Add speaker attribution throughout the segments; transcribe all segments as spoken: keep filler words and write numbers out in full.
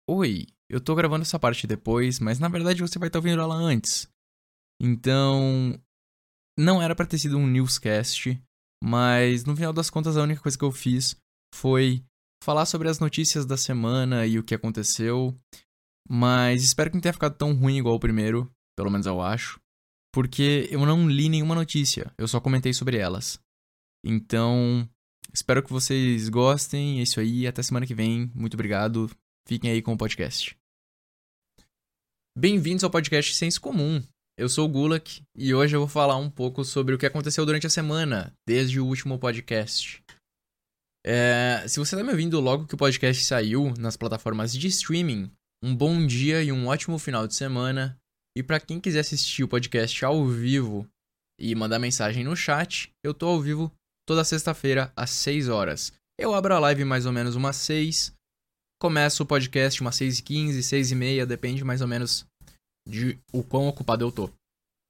Speaker 1: Oi, eu tô gravando essa parte depois, mas na verdade você vai estar ouvindo ela antes. Então, não era pra ter sido um newscast, mas no final das contas a única coisa que eu fiz foi falar sobre as notícias da semana e o que aconteceu. Mas espero que não tenha ficado tão ruim igual o primeiro, pelo menos eu acho, porque eu não li nenhuma notícia, eu só comentei sobre elas. Então, espero que vocês gostem, é isso aí, até semana que vem, muito obrigado, fiquem aí com o podcast. Bem-vindos ao podcast Senso Comum. Eu sou o Gulak e hoje eu vou falar um pouco sobre o que aconteceu durante a semana, desde o último podcast. É, se você está me ouvindo logo que o podcast saiu nas plataformas de streaming, um bom dia e um ótimo final de semana. E para quem quiser assistir o podcast ao vivo e mandar mensagem no chat, eu tô ao vivo toda sexta-feira às seis horas. Eu abro a live mais ou menos umas seis. Começo o podcast umas seis e quinze, seis e meia, depende mais ou menos de o quão ocupado eu tô.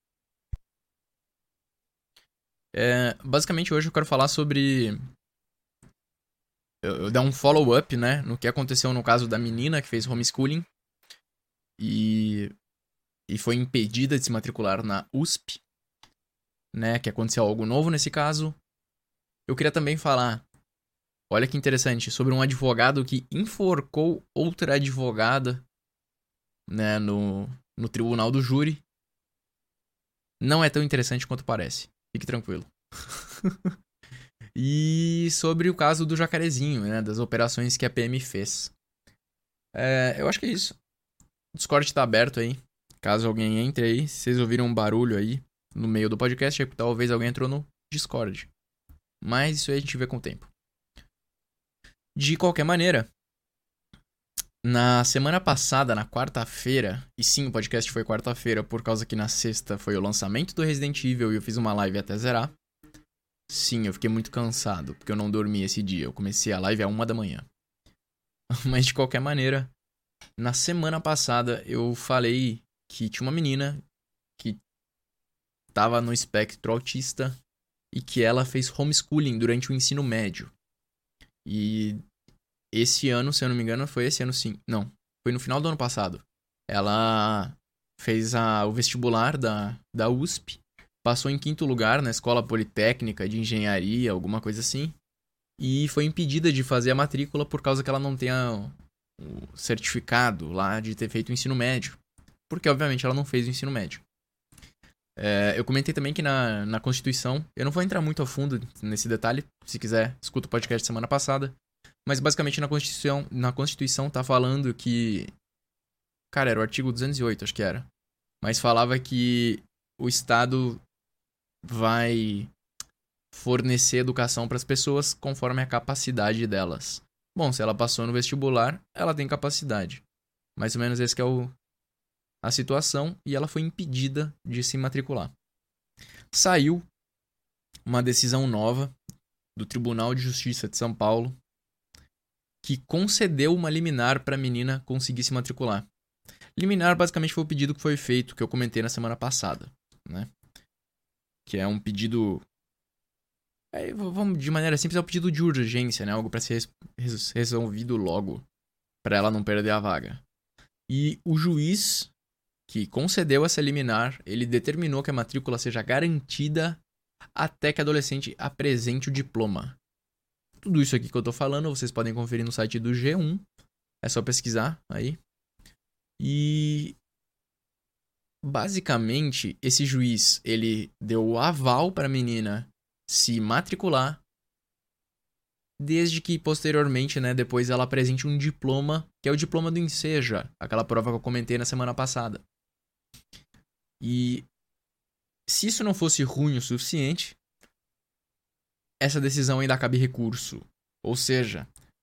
Speaker 1: É, basicamente hoje eu quero falar sobre... Eu, eu dar um follow-up, né, no que aconteceu no caso da menina que fez homeschooling e, e foi impedida de se matricular na U S P, né, que aconteceu algo novo nesse caso. Eu queria também falar, olha que interessante, sobre um advogado que enforcou outra advogada, né, no, no tribunal do júri. Não é tão interessante quanto parece. Fique tranquilo. E sobre o caso do Jacarezinho, né, das operações que a P M fez. É, eu acho que é isso. O Discord tá aberto aí. Caso alguém entre aí, se vocês ouviram um barulho aí no meio do podcast, é que talvez alguém entrou no Discord. Mas isso aí a gente vê com o tempo. De qualquer maneira, na semana passada, na quarta-feira, e sim, o podcast foi quarta-feira, por causa que na sexta foi o lançamento do Resident Evil e eu fiz uma live até zerar. Sim, eu fiquei muito cansado, porque eu não dormi esse dia. Eu comecei a live a uma da manhã. Mas de qualquer maneira, na semana passada eu falei que tinha uma menina que tava no espectro autista e que ela fez homeschooling durante o ensino médio. E esse ano, se eu não me engano, foi esse ano sim. Não, foi no final do ano passado. Ela fez a, o vestibular da, da U S P, passou em quinto lugar na Escola Politécnica de Engenharia, alguma coisa assim, e foi impedida de fazer a matrícula por causa que ela não tem a, o certificado lá de ter feito o ensino médio. Porque, obviamente, ela não fez o ensino médio. É, eu comentei também que na, na Constituição, eu não vou entrar muito a fundo nesse detalhe, se quiser, escuta o podcast semana passada, mas basicamente na Constituição, na Constituição tá falando que... Cara, era o artigo duzentos e oito, acho que era. Mas falava que o Estado vai fornecer educação para as pessoas conforme a capacidade delas. Bom, se ela passou no vestibular, ela tem capacidade. Mais ou menos esse que é o, a situação, e ela foi impedida de se matricular. Saiu uma decisão nova do Tribunal de Justiça de São Paulo que concedeu uma liminar para a menina conseguir se matricular. Liminar basicamente foi o pedido que foi feito, que eu comentei na semana passada, né? Que é um pedido... É, vamos, de maneira simples, é um pedido de urgência, né? Algo para ser res- resolvido logo, para ela não perder a vaga. E o juiz que concedeu essa liminar, ele determinou que a matrícula seja garantida até que a adolescente apresente o diploma. Tudo isso aqui que eu tô falando, vocês podem conferir no site do G um. É só pesquisar aí. E... basicamente, esse juiz, ele deu o aval para a menina se matricular, desde que posteriormente, né, depois ela apresente um diploma, que é o diploma do Enseja, aquela prova que eu comentei na semana passada. E se isso não fosse ruim o suficiente, essa decisão ainda cabe recurso. Ou seja,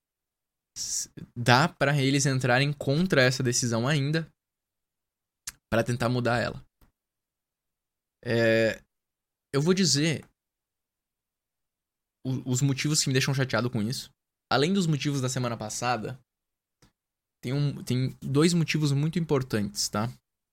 Speaker 1: dá para eles entrarem contra essa decisão ainda, para tentar mudar ela. É, eu vou dizer os motivos que me deixam chateado com isso. Além dos motivos da semana passada, tem, um, tem dois motivos muito importantes, tá?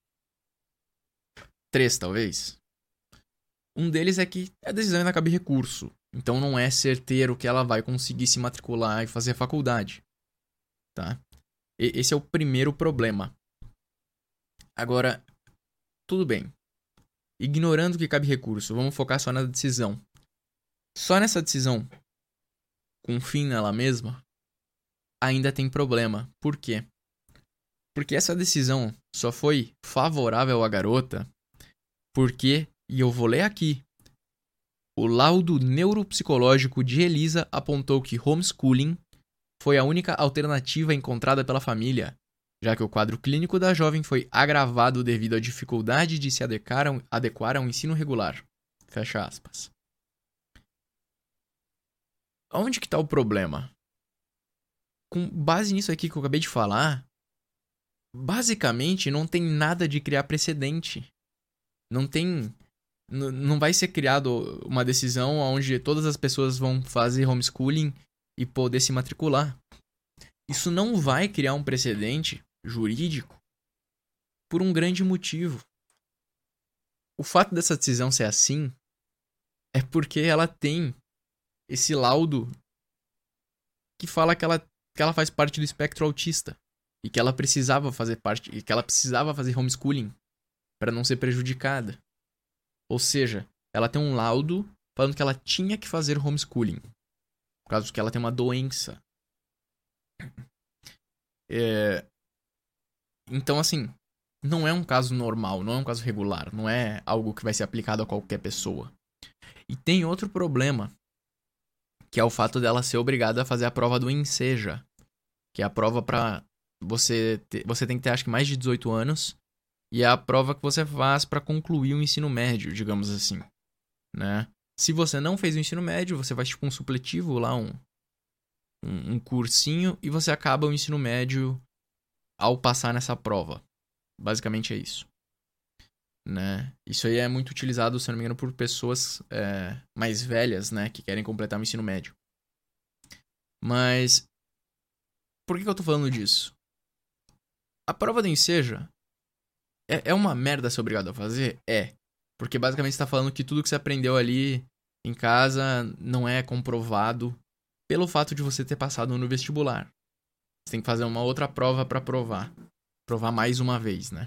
Speaker 1: Três, talvez. Um deles é que a decisão ainda cabe recurso. Então não é certeiro que ela vai conseguir se matricular e fazer a faculdade, tá? E- esse é o primeiro problema. Agora, tudo bem. Ignorando que cabe recurso, vamos focar só na decisão. Só nessa decisão, com fim nela mesma, ainda tem problema. Por quê? Porque essa decisão só foi favorável à garota porque, e eu vou ler aqui, o laudo neuropsicológico de Elisa apontou que homeschooling foi a única alternativa encontrada pela família, já que o quadro clínico da jovem foi agravado devido à dificuldade de se adequar ao, adequar ao ensino regular. Fecha aspas. Onde que está o problema? Com base nisso aqui que eu acabei de falar, basicamente não tem nada de criar precedente. Não tem... Não vai ser criado uma decisão onde todas as pessoas vão fazer homeschooling e poder se matricular. Isso não vai criar um precedente jurídico por um grande motivo. O fato dessa decisão ser assim é porque ela tem esse laudo que fala que ela, que ela faz parte do espectro autista e que ela precisava fazer parte, e que ela precisava fazer homeschooling para não ser prejudicada. Ou seja, ela tem um laudo falando que ela tinha que fazer homeschooling, por causa que ela tem uma doença. É... Então, assim, não é um caso normal, não é um caso regular, não é algo que vai ser aplicado a qualquer pessoa. E tem outro problema, que é o fato dela ser obrigada a fazer a prova do Enseja, que é a prova pra você ter, você tem que ter acho que mais de dezoito anos, e é a prova que você faz pra concluir o ensino médio, digamos assim, né? Se você não fez o ensino médio, você faz tipo um supletivo lá, um, um, um cursinho, e você acaba o ensino médio ao passar nessa prova. Basicamente é isso. Né? Isso aí é muito utilizado, se não me engano, por pessoas é, mais velhas, né? Que querem completar o ensino médio. Mas por que, que eu tô falando disso? A prova do Enseja é, é uma merda ser obrigado a fazer? É. Porque basicamente você tá falando que tudo que você aprendeu ali em casa não é comprovado pelo fato de você ter passado no vestibular. Você tem que fazer uma outra prova pra provar. Provar mais uma vez, né?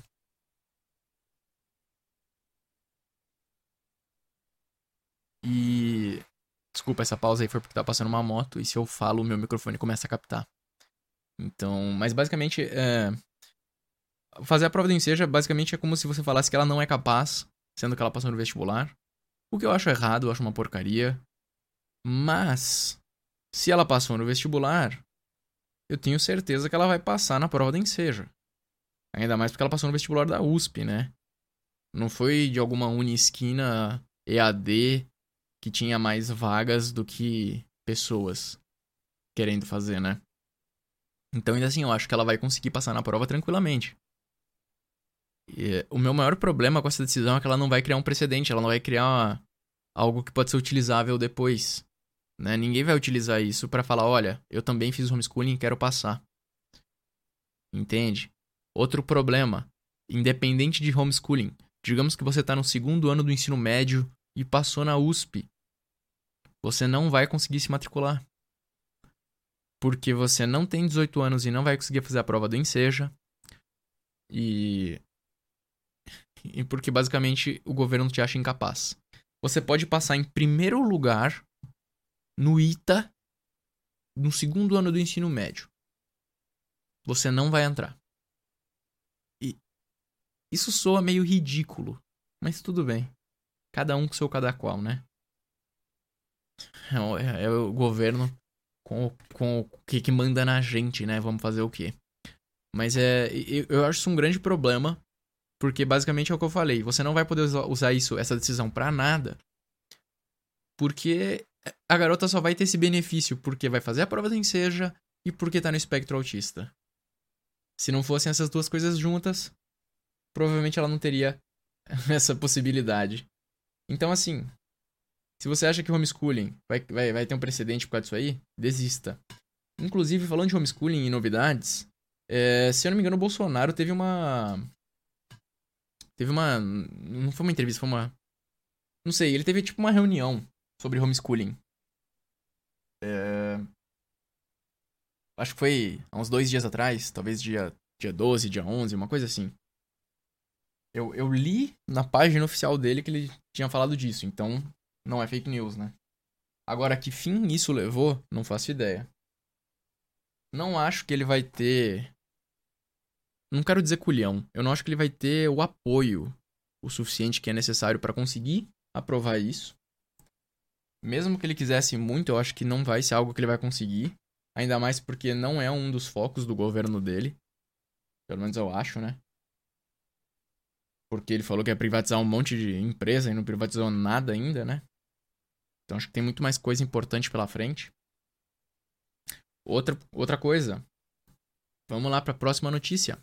Speaker 1: E... Desculpa, essa pausa aí foi porque tá passando uma moto e se eu falo, o meu microfone começa a captar. Então, mas basicamente, é... fazer a prova do Enseja basicamente é como se você falasse que ela não é capaz, sendo que ela passou no vestibular. O que eu acho errado, eu acho uma porcaria. Mas, se ela passou no vestibular, eu tenho certeza que ela vai passar na prova do Enseja. Ainda mais porque ela passou no vestibular da U S P, né? Não foi de alguma Unisquina E A D que tinha mais vagas do que pessoas querendo fazer, né? Então, ainda assim, eu acho que ela vai conseguir passar na prova tranquilamente. E, o meu maior problema com essa decisão é que ela não vai criar um precedente, ela não vai criar uma, algo que pode ser utilizável depois. Né? Ninguém vai utilizar isso pra falar, olha, eu também fiz homeschooling e quero passar. Entende? Outro problema, independente de homeschooling, digamos que você tá no segundo ano do ensino médio e passou na U S P. Você não vai conseguir se matricular. Porque você não tem dezoito anos e não vai conseguir fazer a prova do Enseja. E... e porque basicamente o governo te acha incapaz. Você pode passar em primeiro lugar no ITA no segundo ano do ensino médio. Você não vai entrar. E isso soa meio ridículo, mas tudo bem. Cada um com seu cada qual, né? É, o- é- é o governo com, o- com o que, que manda na gente, né? Vamos fazer o quê? Mas é, eu, eu acho isso um grande problema, porque basicamente é o que eu falei. Você não vai poder usar, usar isso, essa decisão pra nada, porque a garota só vai ter esse benefício porque vai fazer a prova do Enseja e porque tá no espectro autista. Se não fossem essas duas coisas juntas, provavelmente ela não teria essa possibilidade. Então, assim, se você acha que homeschooling vai, vai, vai ter um precedente por causa disso aí, desista. Inclusive, falando de homeschooling e novidades, é, se eu não me engano, o Bolsonaro teve uma. Teve uma. Não foi uma entrevista, foi uma. Não sei, ele teve tipo uma reunião. Sobre homeschooling. É... Acho que foi há uns dois dias atrás, talvez dia, dia doze, dia onze, uma coisa assim. Eu, eu li na página oficial dele que ele tinha falado disso, então não é fake news, né? Agora, que fim isso levou, não faço ideia. Não acho que ele vai ter. Não quero dizer culhão. Eu não acho que ele vai ter o apoio o suficiente que é necessário pra conseguir aprovar isso. Mesmo que ele quisesse muito, eu acho que não vai ser algo que ele vai conseguir. Ainda mais porque não é um dos focos do governo dele. Pelo menos eu acho, né? Porque ele falou que ia privatizar um monte de empresa e não privatizou nada ainda, né? Então acho que tem muito mais coisa importante pela frente. Outra, outra coisa. Vamos lá para a próxima notícia.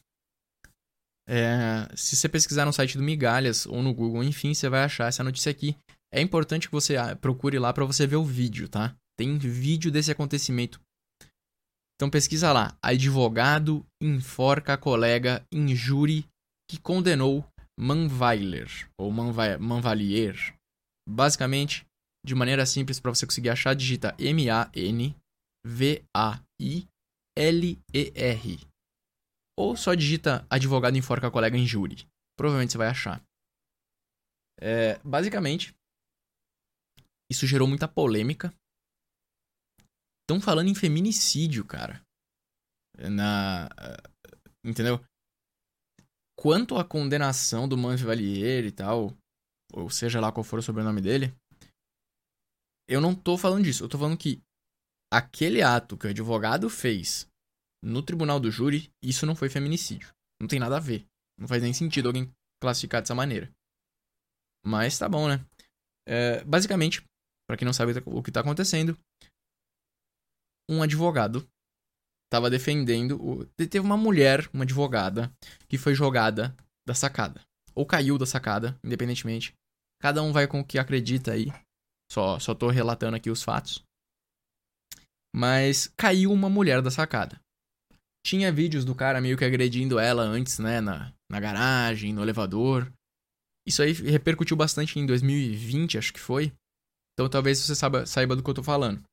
Speaker 1: É, se você pesquisar no site do Migalhas ou no Google, enfim, você vai achar essa notícia aqui. É importante que você procure lá para você ver o vídeo, tá? Tem vídeo desse acontecimento. Então pesquisa lá. Advogado enforca colega em júri que condenou Manweiler ou Manva- Manvalier. Basicamente, de maneira simples para você conseguir achar, digita M A N V A I L E R. Ou só digita advogado enforca colega em júri. Provavelmente você vai achar. É, basicamente, isso gerou muita polêmica. Estão falando em feminicídio, cara. Na, entendeu? Quanto à condenação do Manvalier e tal, ou seja lá qual for o sobrenome dele, eu não tô falando disso. Eu tô falando que aquele ato que o advogado fez no tribunal do júri, isso não foi feminicídio. Não tem nada a ver. Não faz nem sentido alguém classificar dessa maneira. Mas tá bom, né? É, basicamente, pra quem não sabe o que tá acontecendo, um advogado tava defendendo... O... Teve uma mulher, uma advogada, que foi jogada da sacada. Ou caiu da sacada, independentemente. Cada um vai com o que acredita aí. Só, só tô relatando aqui os fatos. Mas caiu uma mulher da sacada. Tinha vídeos do cara meio que agredindo ela antes, né? Na, na garagem, no elevador. Isso aí repercutiu bastante em dois mil e vinte, acho que foi. Então talvez você saiba, saiba do que eu tô falando.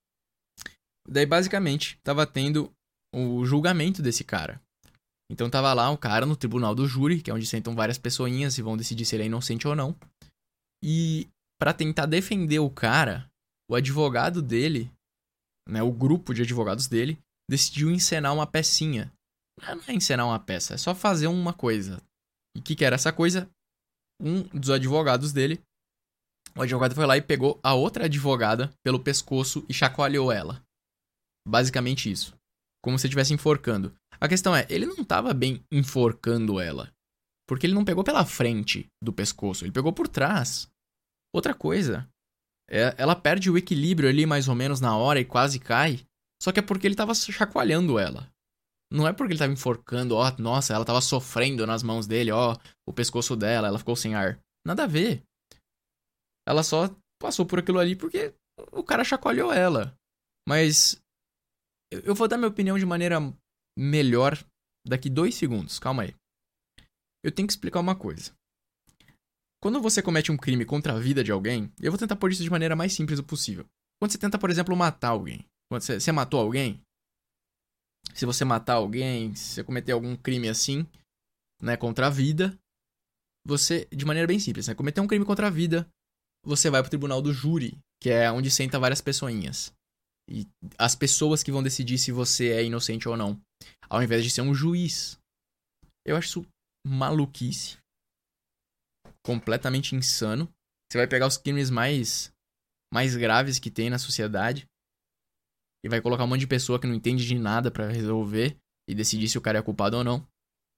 Speaker 1: Daí, basicamente, tava tendo o julgamento desse cara. Então tava lá o cara no tribunal do júri, que é onde sentam várias pessoinhas e vão decidir se ele é inocente ou não. E pra tentar defender o cara, o advogado dele, né, o grupo de advogados dele, decidiu encenar uma pecinha. Não é encenar uma peça, é só fazer uma coisa. E o que, que era essa coisa? Um dos advogados dele, o advogado foi lá e pegou a outra advogada pelo pescoço e chacoalhou ela. Basicamente isso. Como se estivesse enforcando. A questão é, ele não estava bem enforcando ela. Porque ele não pegou pela frente do pescoço, ele pegou por trás. Outra coisa, é, ela perde o equilíbrio ali mais ou menos na hora e quase cai. Só que é porque ele estava chacoalhando ela. Não é porque ele estava enforcando, ó, nossa, ela estava sofrendo nas mãos dele, ó, o pescoço dela, ela ficou sem ar. Nada a ver. Ela só passou por aquilo ali porque o cara chacoalhou ela. Mas eu vou dar minha opinião de maneira melhor daqui dois segundos, calma aí. Eu tenho que explicar uma coisa. Quando você comete um crime contra a vida de alguém, eu vou tentar pôr isso de maneira mais simples possível. Quando você tenta, por exemplo, matar alguém. Quando você, você matou alguém. Se você matar alguém, se você cometer algum crime assim, né, contra a vida, você, de maneira bem simples, né, cometer um crime contra a vida, você vai pro tribunal do júri, que é onde senta várias pessoinhas. E as pessoas que vão decidir se você é inocente ou não, ao invés de ser um juiz. Eu acho isso maluquice. Completamente insano. Você vai pegar os crimes mais, mais graves que tem na sociedade e vai colocar um monte de pessoa que não entende de nada pra resolver e decidir se o cara é culpado ou não.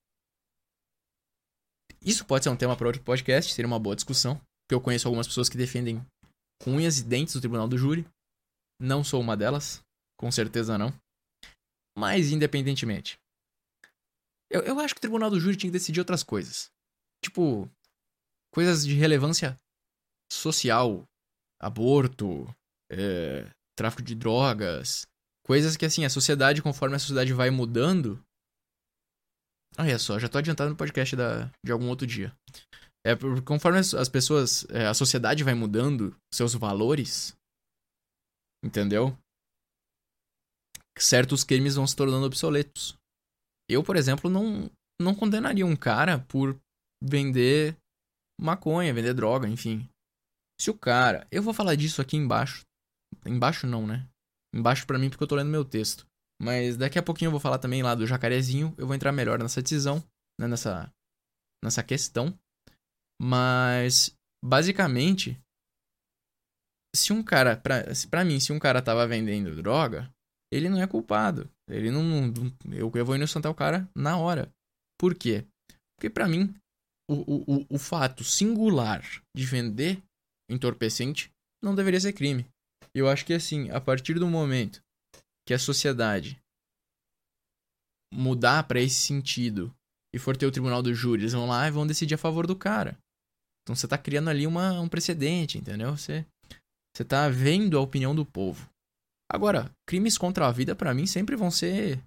Speaker 1: Isso pode ser um tema para outro podcast, seria uma boa discussão, porque eu conheço algumas pessoas que defendem com unhas e dentes o tribunal do júri. Não sou uma delas, com certeza não. Mas, independentemente, eu, eu acho que o tribunal do júri tinha que decidir outras coisas. Tipo, coisas de relevância social, aborto, é, tráfico de drogas, coisas que, assim, a sociedade, conforme a sociedade vai mudando... Olha só, já tô adiantando no podcast da, de algum outro dia. É, conforme as pessoas, é, a sociedade vai mudando seus valores, entendeu? certos crimes vão se tornando obsoletos. Eu, por exemplo, não, não condenaria um cara por vender maconha, vender droga, enfim. Se o cara... Eu vou falar disso aqui embaixo. Embaixo não, né? Embaixo pra mim porque eu tô lendo meu texto. Mas daqui a pouquinho eu vou falar também lá do jacarezinho. Eu vou entrar melhor nessa decisão, né? Nessa, nessa questão. Mas, basicamente, se um cara... Pra, pra mim, se um cara tava vendendo droga, ele não é culpado. Ele não... não eu, eu vou inocentar o cara na hora. Por quê? Porque pra mim, o, o, o, o fato singular de vender entorpecente não deveria ser crime. Eu acho que, assim, a partir do momento que a sociedade mudar pra esse sentido e for ter o tribunal do júri, eles vão lá e vão decidir a favor do cara. Então você tá criando ali uma, um precedente, entendeu? Você, você tá vendo a opinião do povo. Agora, crimes contra a vida, pra mim, sempre vão ser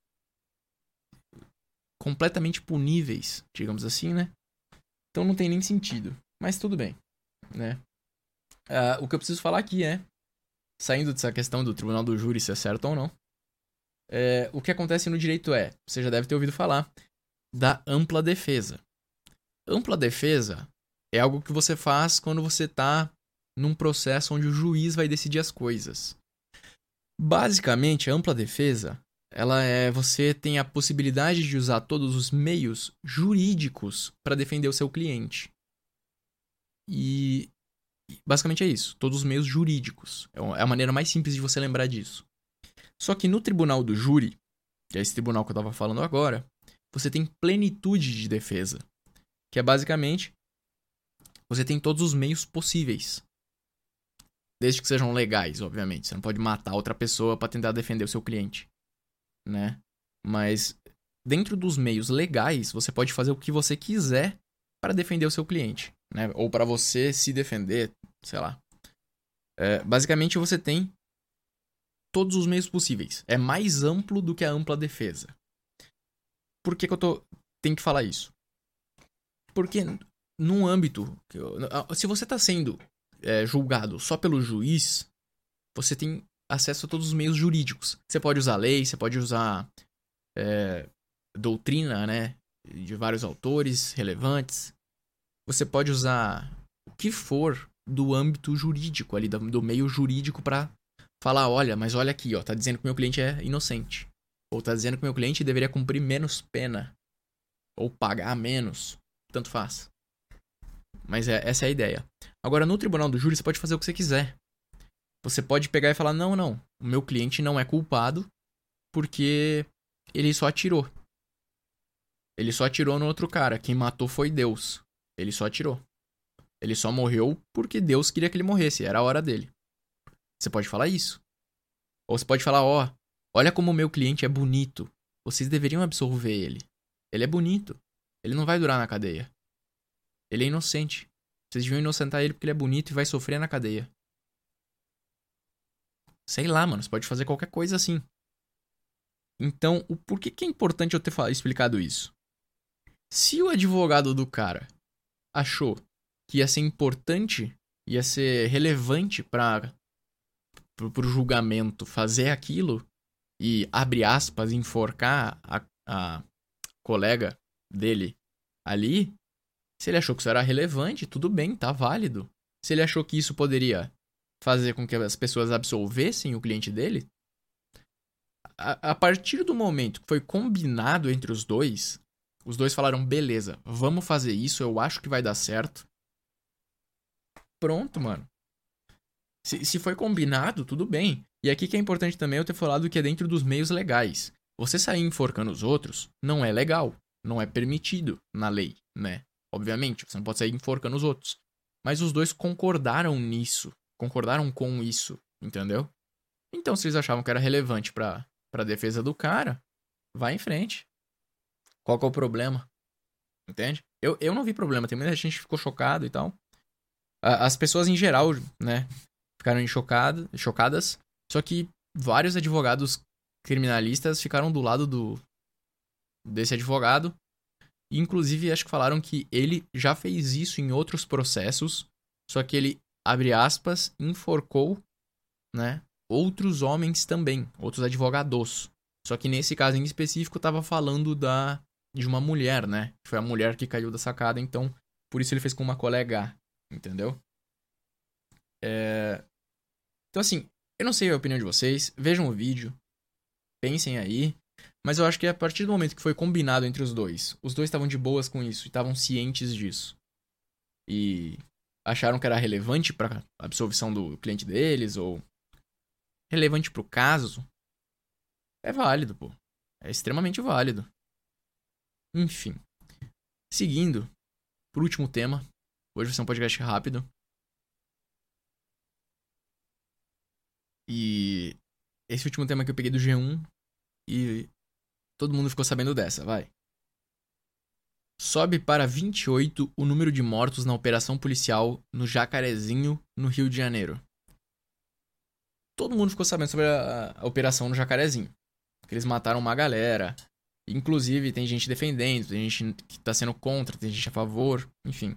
Speaker 1: completamente puníveis, digamos assim, né? Então não tem nem sentido. Mas tudo bem, né? Uh, o que eu preciso falar aqui é, saindo dessa questão do tribunal do júri, se é certo ou não, é, o que acontece no direito é, você já deve ter ouvido falar, da ampla defesa. Ampla defesa é algo que você faz quando você está num processo onde o juiz vai decidir as coisas. Basicamente, a ampla defesa, ela é você tem a possibilidade de usar todos os meios jurídicos para defender o seu cliente. E basicamente é isso, todos os meios jurídicos. É a maneira mais simples de você lembrar disso. Só que no tribunal do júri, que é esse tribunal que eu estava falando agora, você tem plenitude de defesa. Que é basicamente, você tem todos os meios possíveis. Desde que sejam legais, obviamente. Você não pode matar outra pessoa para tentar defender o seu cliente, né? Mas dentro dos meios legais, você pode fazer o que você quiser para defender o seu cliente, né? Ou para você se defender, sei lá. É, basicamente, você tem todos os meios possíveis. É mais amplo do que a ampla defesa. Por que que eu tô... tenho que falar isso? Porque num âmbito... Se você está sendo é, julgado só pelo juiz, você tem acesso a todos os meios jurídicos. Você pode usar lei, você pode usar é, doutrina, né? De vários autores relevantes. Você pode usar o que for do âmbito jurídico, ali, do meio jurídico para falar, olha, mas olha aqui, ó, tá dizendo que meu cliente é inocente. Ou tá dizendo que meu cliente deveria cumprir menos pena. Ou pagar menos. Tanto faz. Mas é, essa é a ideia. Agora, no tribunal do júri, você pode fazer o que você quiser. Você pode pegar e falar, não, não, o meu cliente não é culpado porque ele só atirou. Ele só atirou no outro cara. Quem matou foi Deus. Ele só atirou. Ele só morreu porque Deus queria que ele morresse. Era a hora dele. Você pode falar isso. Ou você pode falar, ó, olha como o meu cliente é bonito. Vocês deveriam absolver ele. Ele é bonito. Ele não vai durar na cadeia. Ele é inocente. Vocês deviam inocentar ele porque ele é bonito e vai sofrer na cadeia. Sei lá, mano. Você pode fazer qualquer coisa assim. Então, o porquê que é importante eu ter explicado isso? Se o advogado do cara achou que ia ser importante, ia ser relevante para pro julgamento fazer aquilo e, abre aspas, enforcar a, a colega dele ali, se ele achou que isso era relevante, tudo bem, tá válido. Se ele achou que isso poderia fazer com que as pessoas absolvessem o cliente dele, a, a partir do momento que foi combinado entre os dois, os dois falaram, beleza, vamos fazer isso, eu acho que vai dar certo. Pronto, mano. Se, se foi combinado, tudo bem. E aqui que é importante também eu ter falado que é dentro dos meios legais. Você sair enforcando os outros não é legal. Não é permitido na lei, né? Obviamente, você não pode sair enforcando os outros. Mas os dois concordaram nisso. Concordaram com isso, entendeu? Então, se eles achavam que era relevante pra, pra defesa do cara, vai em frente. Qual que é o problema? Entende? Eu, eu não vi problema. Tem muita gente que ficou chocado e tal. As pessoas em geral, né, ficaram chocado, chocadas. Só que vários advogados criminalistas ficaram do lado do desse advogado. E, inclusive, acho que falaram que ele já fez isso em outros processos. Só que ele, abre aspas, enforcou, né, outros homens também, outros advogados. Só que nesse caso em específico tava falando da de uma mulher, né? Foi a mulher que caiu da sacada, então por isso ele fez com uma colega, entendeu? É... Então assim, eu não sei a opinião de vocês, vejam o vídeo, pensem aí, mas eu acho que a partir do momento que foi combinado entre os dois, os dois estavam de boas com isso, e estavam cientes disso, e acharam que era relevante para absolvição do cliente deles, ou relevante pro caso, é válido, pô. É extremamente válido. Enfim. Seguindo, por último tema, hoje vai ser um podcast rápido. E esse último tema que eu peguei do G um e todo mundo ficou sabendo dessa, vai. Sobe para vinte e oito o número de mortos na operação policial no Jacarezinho, no Rio de Janeiro. Todo mundo ficou sabendo sobre a, a operação no Jacarezinho. Que eles mataram uma galera. Inclusive, tem gente defendendo, tem gente que tá sendo contra, tem gente a favor, enfim.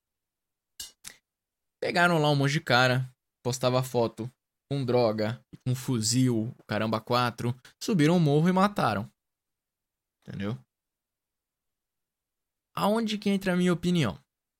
Speaker 1: Pegaram lá um monte de cara, postava foto com droga, com fuzil, caramba quatro, subiram o morro e mataram. Entendeu? Aonde que entra a minha opinião?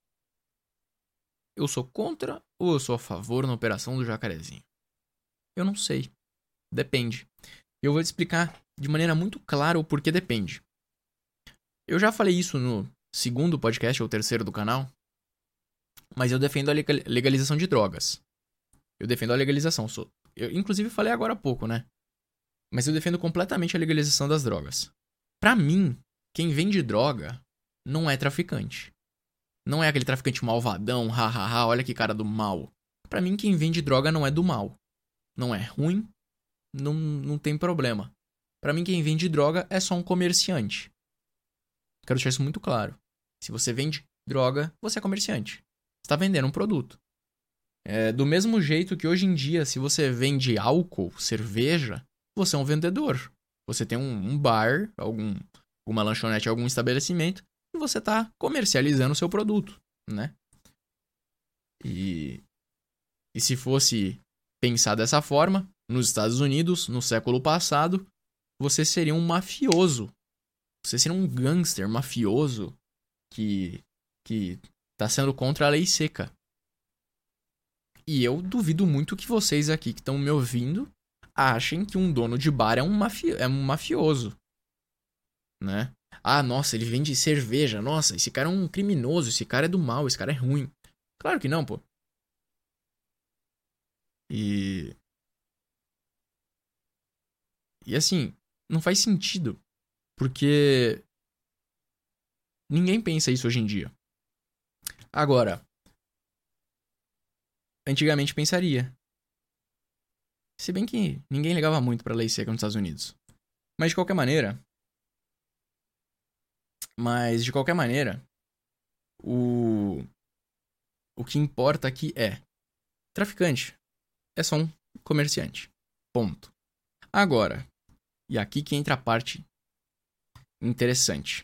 Speaker 1: Eu sou contra ou eu sou a favor na operação do Jacarezinho? Eu não sei. Depende. E eu vou te explicar de maneira muito clara o porquê depende. Eu já falei isso no segundo podcast, ou terceiro do canal, mas eu defendo a legalização de drogas. Eu defendo a legalização. Eu, inclusive, falei agora há pouco, né? Mas eu defendo completamente a legalização das drogas. Pra mim, quem vende droga não é traficante. Não é aquele traficante malvadão, hahaha, olha que cara do mal. Pra mim, quem vende droga não é do mal. Não é ruim, não, não tem problema. Pra mim, quem vende droga é só um comerciante. Quero deixar isso muito claro. Se você vende droga, você é comerciante. Você tá vendendo um produto. É, do mesmo jeito que hoje em dia, se você vende álcool, cerveja, você é um vendedor. Você tem um, um bar, algum, uma lanchonete, algum estabelecimento, e você tá comercializando o seu produto, né? E, e se fosse pensar dessa forma, nos Estados Unidos, no século passado, você seria um mafioso. Você seria um gangster mafioso que, que tá sendo contra a lei seca. E eu duvido muito que vocês aqui que estão me ouvindo achem que um dono de bar é um, mafi- é um mafioso, né? Ah, nossa, ele vende cerveja. Nossa, esse cara é um criminoso, esse cara é do mal, esse cara é ruim. Claro que não, pô. E... E assim, não faz sentido. Porque ninguém pensa isso hoje em dia. Agora, antigamente pensaria. Se bem que ninguém ligava muito pra lei seca nos Estados Unidos. Mas de qualquer maneira... Mas de qualquer maneira... O... O que importa aqui é... Traficante é só um comerciante. Ponto. Agora... E aqui que entra a parte interessante.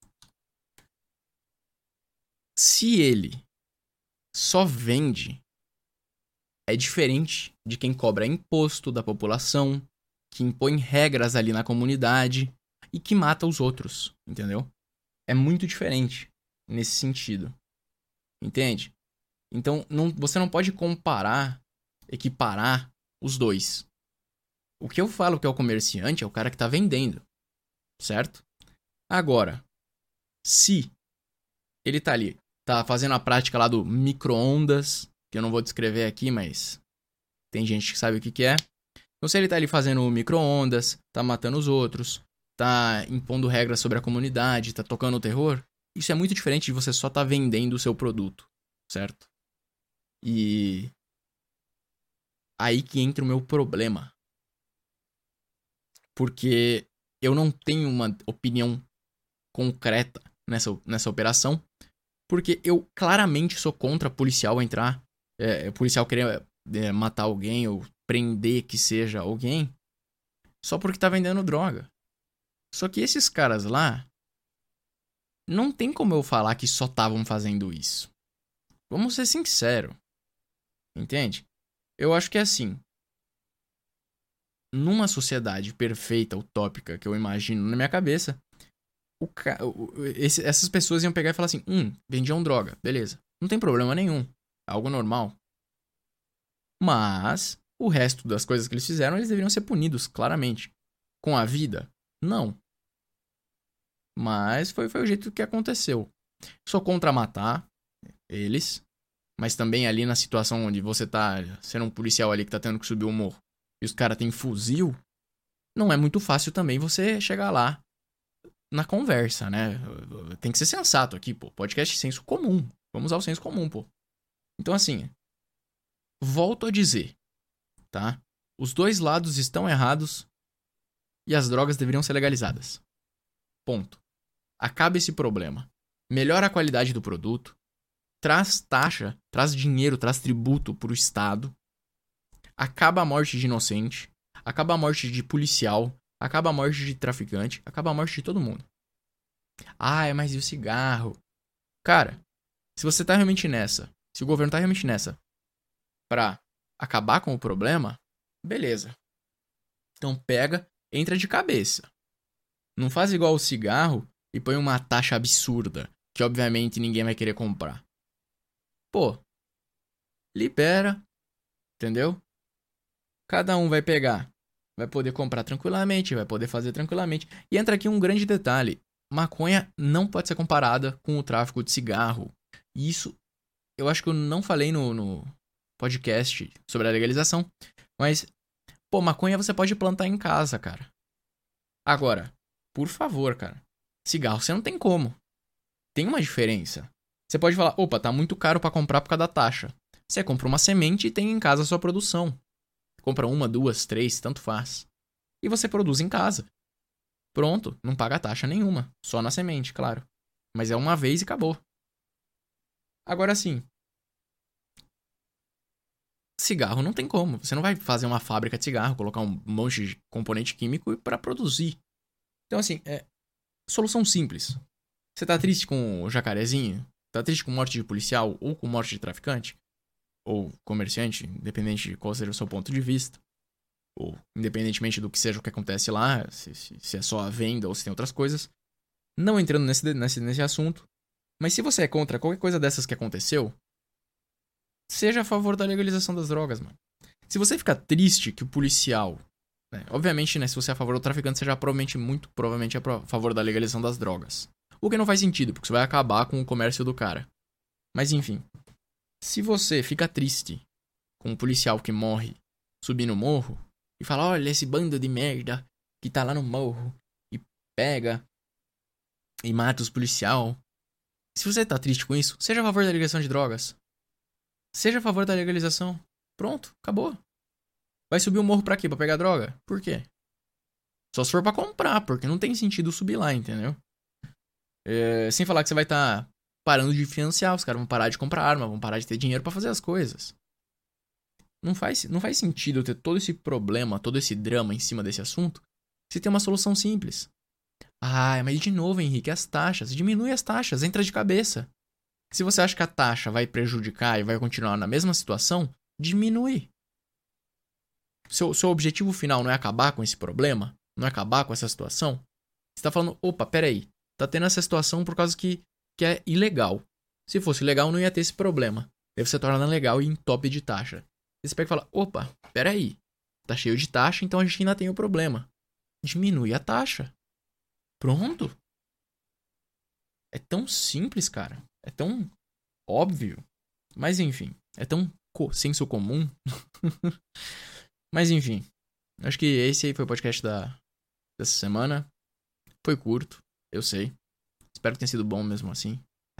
Speaker 1: Se ele só vende, é diferente de quem cobra imposto da população, que impõe regras ali na comunidade e que mata os outros, entendeu? É muito diferente nesse sentido, entende? Então, não, você não pode comparar, equiparar os dois. O que eu falo que é o comerciante é o cara que está vendendo, certo? Agora, se ele tá ali, tá fazendo a prática lá do micro-ondas, que eu não vou descrever aqui, mas tem gente que sabe o que que é. Então, se ele tá ali fazendo micro-ondas, tá matando os outros, tá impondo regras sobre a comunidade, tá tocando o terror, isso é muito diferente de você só tá vendendo o seu produto, certo? E aí que entra o meu problema. Porque eu não tenho uma opinião concreta nessa, nessa operação, porque eu claramente sou contra policial entrar, é, policial querer é, matar alguém ou prender que seja alguém, só porque tá vendendo droga. Só que esses caras lá, não tem como eu falar que só estavam fazendo isso. Vamos ser sinceros, entende? Eu acho que é assim, numa sociedade perfeita, utópica, que eu imagino na minha cabeça, o ca... Esse, essas pessoas iam pegar e falar assim, hum, vendiam droga, beleza. Não tem problema nenhum, algo normal. Mas o resto das coisas que eles fizeram, eles deveriam ser punidos, claramente. Com a vida? Não. Mas foi, foi o jeito que aconteceu. Sou contra matar eles, mas também ali na situação onde você tá sendo um policial ali que tá tendo que subir o morro e os caras têm fuzil, não é muito fácil também você chegar lá na conversa, né? Tem que ser sensato aqui, pô. Podcast senso comum. Vamos usar o senso comum, pô. Então, assim, volto a dizer, tá? Os dois lados estão errados e as drogas deveriam ser legalizadas. Ponto. Acaba esse problema. Melhora a qualidade do produto. Traz taxa, traz dinheiro, traz tributo pro Estado. Acaba a morte de inocente. Acaba a morte de policial. Acaba a morte de traficante. Acaba a morte de todo mundo. Ah, mas e o cigarro? Cara, se você tá realmente nessa, se o governo tá realmente nessa pra acabar com o problema, beleza. Então pega, entra de cabeça. Não faz igual o cigarro e põe uma taxa absurda, que obviamente ninguém vai querer comprar. Pô, libera, entendeu? Cada um vai pegar, vai poder comprar tranquilamente, vai poder fazer tranquilamente. E entra aqui um grande detalhe. Maconha não pode ser comparada com o tráfico de cigarro. E isso, eu acho que eu não falei no, no podcast sobre a legalização. Mas, pô, maconha você pode plantar em casa, cara. Agora, por favor, cara. Cigarro você não tem como. Tem uma diferença. Você pode falar, opa, tá muito caro pra comprar por causa da taxa. Você compra uma semente e tem em casa a sua produção. Compra uma, duas, três, tanto faz. E você produz em casa. Pronto, não paga taxa nenhuma. Só na semente, claro. Mas é uma vez e acabou. Agora sim. Cigarro não tem como. Você não vai fazer uma fábrica de cigarro, colocar um monte de componente químico para produzir. Então assim, é solução simples. Você tá triste com o jacarezinho? Tá triste com morte de policial ou com morte de traficante? Ou comerciante, independente de qual seja o seu ponto de vista. Ou independentemente do que seja o que acontece lá, se, se, se é só a venda ou se tem outras coisas. Não entrando nesse, nesse, nesse assunto. Mas se você é contra qualquer coisa dessas que aconteceu, seja a favor da legalização das drogas, mano. Se você ficar triste que o policial... Né, obviamente, né, se você é a favor do traficante, seja provavelmente, muito provavelmente a favor da legalização das drogas. O que não faz sentido, porque você vai acabar com o comércio do cara. Mas enfim. Se você fica triste com um policial que morre subindo o morro e fala, olha esse bando de merda que tá lá no morro e pega e mata os policial. Se você tá triste com isso, seja a favor da legalização de drogas. Seja a favor da legalização. Pronto, acabou. Vai subir o morro pra quê? Pra pegar droga? Por quê? Só se for pra comprar, porque não tem sentido subir lá, entendeu? É, sem falar que você vai estar tá parando de financiar, os caras vão parar de comprar arma, vão parar de ter dinheiro pra fazer as coisas. Não faz, não faz sentido ter todo esse problema, todo esse drama em cima desse assunto, se tem uma solução simples. Ah, mas de novo, Henrique, as taxas. Diminui as taxas, entra de cabeça. Se você acha que a taxa vai prejudicar e vai continuar na mesma situação, diminui. Seu, seu objetivo final não é acabar com esse problema? Não é acabar com essa situação? Você tá falando, opa, peraí, tá tendo essa situação por causa que, que é ilegal. Se fosse legal, não ia ter esse problema. Deve se tornar legal e entope de taxa. E você pega e fala, opa, peraí, tá cheio de taxa, então a gente ainda tem o problema. Diminui a taxa. Pronto. É tão simples, cara. É tão óbvio. Mas enfim, é tão co- senso comum. Mas enfim, acho que esse aí foi o podcast da, dessa semana. Foi curto, eu sei. Espero que tenha sido bom mesmo assim.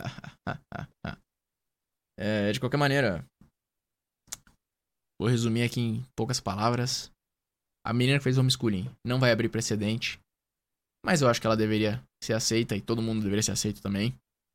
Speaker 1: É, de qualquer maneira, vou resumir aqui em poucas palavras. A menina que fez homeschooling não vai abrir precedente, mas eu acho que ela deveria ser aceita e todo mundo deveria ser aceito também.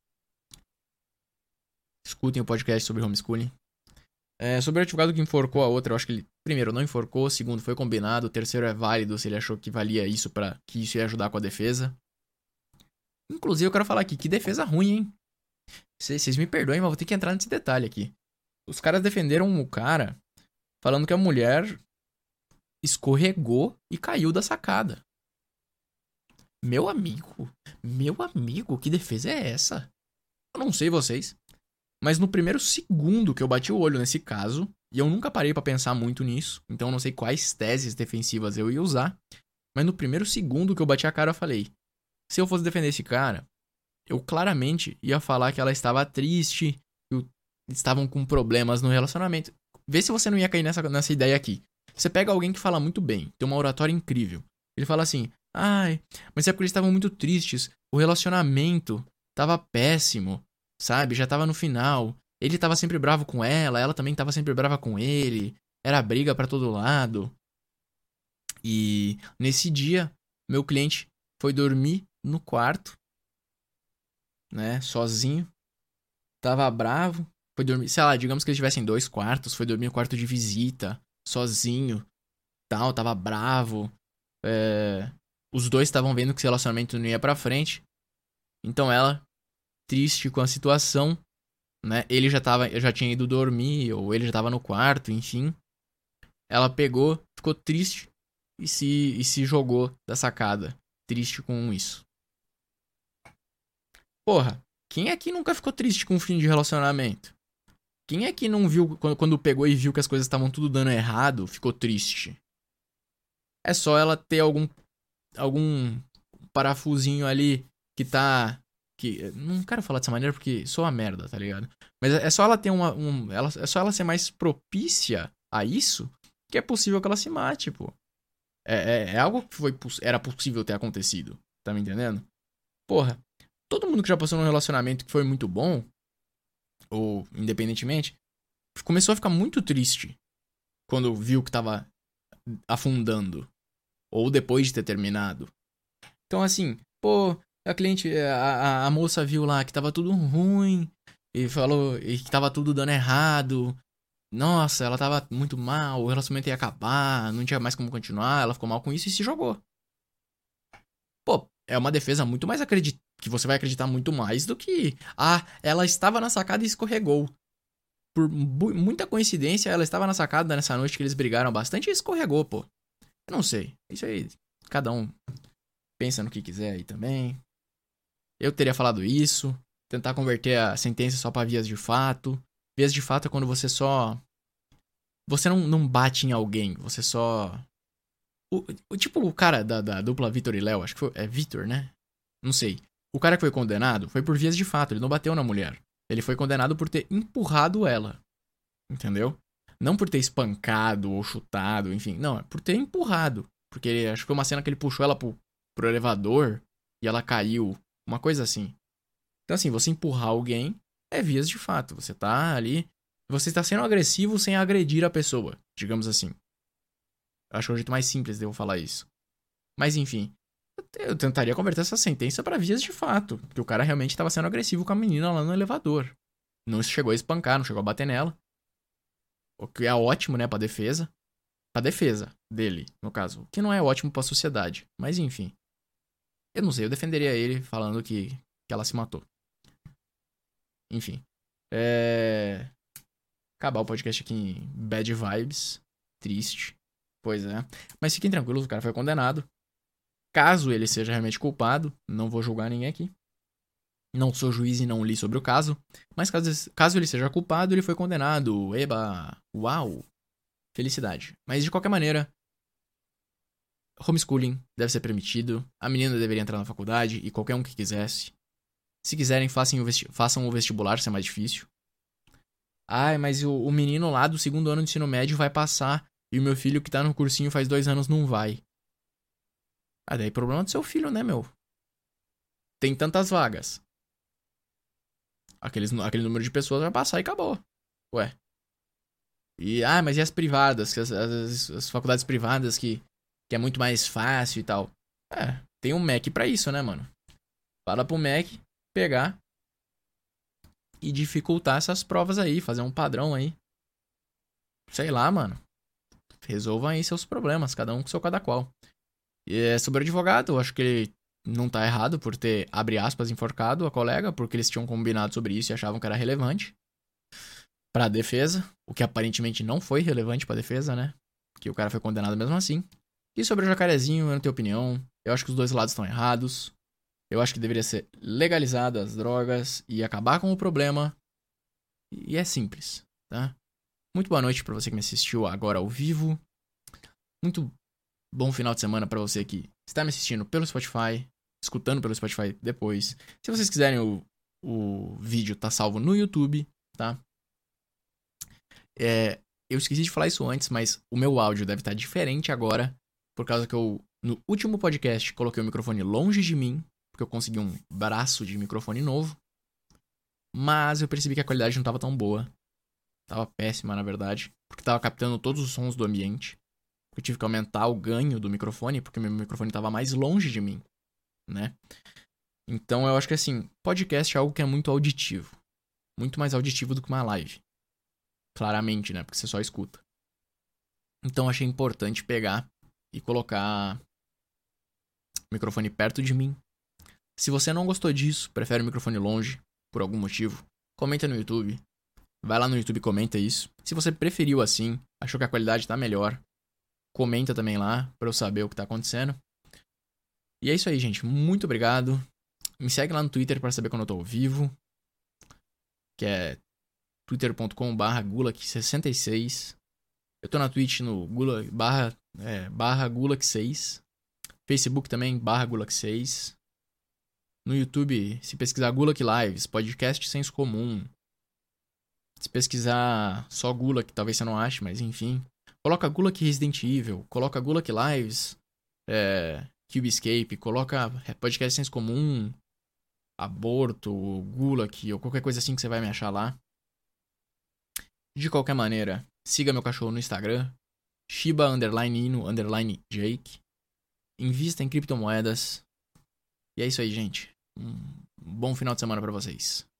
Speaker 1: Escutem o podcast sobre homeschooling. É, sobre o advogado que enforcou a outra, eu acho que ele, primeiro, não enforcou, segundo, foi combinado, terceiro, é válido se ele achou que valia isso pra que isso ia ajudar com a defesa. Inclusive, eu quero falar aqui, que defesa ruim, hein? Vocês me perdoem, mas vou ter que entrar nesse detalhe aqui. Os caras defenderam o cara falando que a mulher escorregou e caiu da sacada. Meu amigo, meu amigo, que defesa é essa? Eu não sei vocês, mas no primeiro segundo que eu bati o olho nesse caso, e eu nunca parei pra pensar muito nisso, então eu não sei quais teses defensivas eu ia usar, mas no primeiro segundo que eu bati a cara eu falei, se eu fosse defender esse cara, eu claramente ia falar que ela estava triste, que estavam com problemas no relacionamento. Vê se você não ia cair nessa, nessa ideia aqui. Você pega alguém que fala muito bem, tem uma oratória incrível. Ele fala assim, ai, mas é porque eles estavam muito tristes, o relacionamento tava péssimo, sabe? Já tava no final. Ele tava sempre bravo com ela, ela também tava sempre brava com ele. Era briga pra todo lado. E nesse dia, meu cliente foi dormir no quarto, né, sozinho. Tava bravo, foi dormir, sei lá, digamos que eles tivessem dois quartos, foi dormir no quarto de visita, sozinho, tal, tava bravo. É... Os dois estavam vendo que esse relacionamento não ia pra frente. Então ela, triste com a situação, né? Ele já tava, já tinha ido dormir, ou ele já tava no quarto, enfim. Ela pegou, ficou triste e se, e se jogou da sacada. Triste com isso. Porra, quem aqui nunca ficou triste com o fim de relacionamento? Quem aqui não viu, quando, quando pegou e viu que as coisas estavam tudo dando errado, ficou triste? É só ela ter algum, algum parafusinho ali que tá... Que, não quero falar dessa maneira porque sou uma merda, tá ligado? Mas é só ela ter uma... Um, ela, é só ela ser mais propícia a isso que é possível que ela se mate, pô. É, é, é algo que foi, era possível ter acontecido, tá me entendendo? Porra, todo mundo que já passou num relacionamento que foi muito bom, ou independentemente, começou a ficar muito triste quando viu que tava afundando. Ou depois de ter terminado. Então, assim, pô, a cliente, a, a, a moça viu lá que tava tudo ruim e falou e que tava tudo dando errado. Nossa, ela tava muito mal, o relacionamento ia acabar, não tinha mais como continuar, ela ficou mal com isso e se jogou. Pô, é uma defesa muito mais acredit... que você vai acreditar muito mais do que, ah, ela estava na sacada e escorregou. Por muita coincidência, ela estava na sacada nessa noite que eles brigaram bastante e escorregou, pô. Eu não sei. Isso aí, cada um pensa no que quiser aí também. Eu teria falado isso. Tentar converter a sentença só pra vias de fato. Vias de fato é quando você só... Você não, não bate em alguém, você só... O, o, tipo o cara da, da dupla Vitor e Léo, acho que foi... É Vitor, né? Não sei. O cara que foi condenado foi por vias de fato, ele não bateu na mulher. Ele foi condenado por ter empurrado ela. Entendeu? Não por ter espancado ou chutado, enfim. Não, é por ter empurrado. Porque ele, acho que foi uma cena que ele puxou ela pro, pro elevador e ela caiu. Uma coisa assim. Então, assim, você empurrar alguém é vias de fato. Você tá ali... Você está sendo agressivo sem agredir a pessoa, digamos assim. Acho que é o jeito mais simples de eu falar isso. Mas, enfim. Eu tentaria converter essa sentença para vias de fato. Porque o cara realmente estava sendo agressivo com a menina lá no elevador. Não chegou a espancar, não chegou a bater nela. O que é ótimo, né, pra defesa. Pra defesa dele, no caso. O que não é ótimo pra sociedade. Mas enfim. Eu não sei, eu defenderia ele falando que, que ela se matou. Enfim. É... Acabar o podcast aqui em bad vibes. Triste. Pois é. Mas fiquem tranquilos, o cara foi condenado. Caso ele seja realmente culpado, não vou julgar ninguém aqui. Não sou juiz e não li sobre o caso. Mas caso, caso ele seja culpado, ele foi condenado. Eba! Uau! Felicidade. Mas de qualquer maneira, homeschooling deve ser permitido. A menina deveria entrar na faculdade e qualquer um que quisesse. Se quiserem, façam o, vesti- façam o vestibular, se é mais difícil. Ai, mas o, o menino lá do segundo ano de ensino médio vai passar e o meu filho que tá no cursinho faz dois anos não vai. Ah, daí é problema do seu filho, né, meu? Tem tantas vagas. Aqueles, aquele número de pessoas vai passar e acabou. Ué. E, ah, mas e as privadas? As, as, as faculdades privadas que, que é muito mais fácil e tal. É, tem um Mac pra isso, né, mano? Fala pro Mac pegar e dificultar essas provas aí, fazer um padrão aí. Sei lá, mano. Resolvam aí seus problemas, cada um com seu cada qual. E é sobre o advogado, eu acho que ele não tá errado por ter, abre aspas, enforcado a colega, porque eles tinham combinado sobre isso e achavam que era relevante pra defesa, o que aparentemente não foi relevante pra defesa, né? que o cara foi condenado mesmo assim. E sobre o Jacarezinho, eu não tenho opinião. Eu acho que os dois lados estão errados. Eu acho que deveria ser legalizada as drogas e acabar com o problema. E é simples, tá? Muito boa noite pra você que me assistiu agora ao vivo. Muito bom final de semana pra você que está me assistindo pelo Spotify, escutando pelo Spotify depois. Se vocês quiserem, o, o vídeo tá salvo no YouTube, tá? É, eu esqueci de falar isso antes, mas o meu áudio deve estar diferente agora, por causa que eu, no último podcast, coloquei o microfone longe de mim, porque eu consegui um braço de microfone novo. Mas eu percebi que a qualidade não estava tão boa. Tava péssima, na verdade, porque tava captando todos os sons do ambiente. Eu tive que aumentar o ganho do microfone, porque meu microfone tava mais longe de mim, né? Então eu acho que assim, podcast é algo que é muito auditivo. Muito mais auditivo do que uma live. Claramente, né? Porque você só escuta. Então eu achei importante pegar e colocar o microfone perto de mim. Se você não gostou disso, prefere o microfone longe, por algum motivo, comenta no YouTube. Vai lá no YouTube e comenta isso. Se você preferiu assim, achou que a qualidade tá melhor, comenta também lá pra eu saber o que tá acontecendo. E é isso aí, gente. Muito obrigado. Me segue lá no Twitter pra saber quando eu tô ao vivo. Que é twitter ponto com barra gulak sessenta e seis. Eu tô na Twitch no gula, barra, é, barra gulak seis. Facebook também, barra gulak seis. No YouTube, se pesquisar Gulak Lives, podcast Senso Comum. Se pesquisar só Gulak, talvez você não ache, mas enfim. Coloca Gulak Resident Evil, coloca Gulak Lives, é, Cube Escape, coloca podcast Senso Comum, Aborto, Gulak, ou qualquer coisa assim que você vai me achar lá. De qualquer maneira, siga meu cachorro no Instagram, Shiba underline Inu underline Jake. Invista em criptomoedas. E é isso aí, gente. Um bom final de semana pra vocês.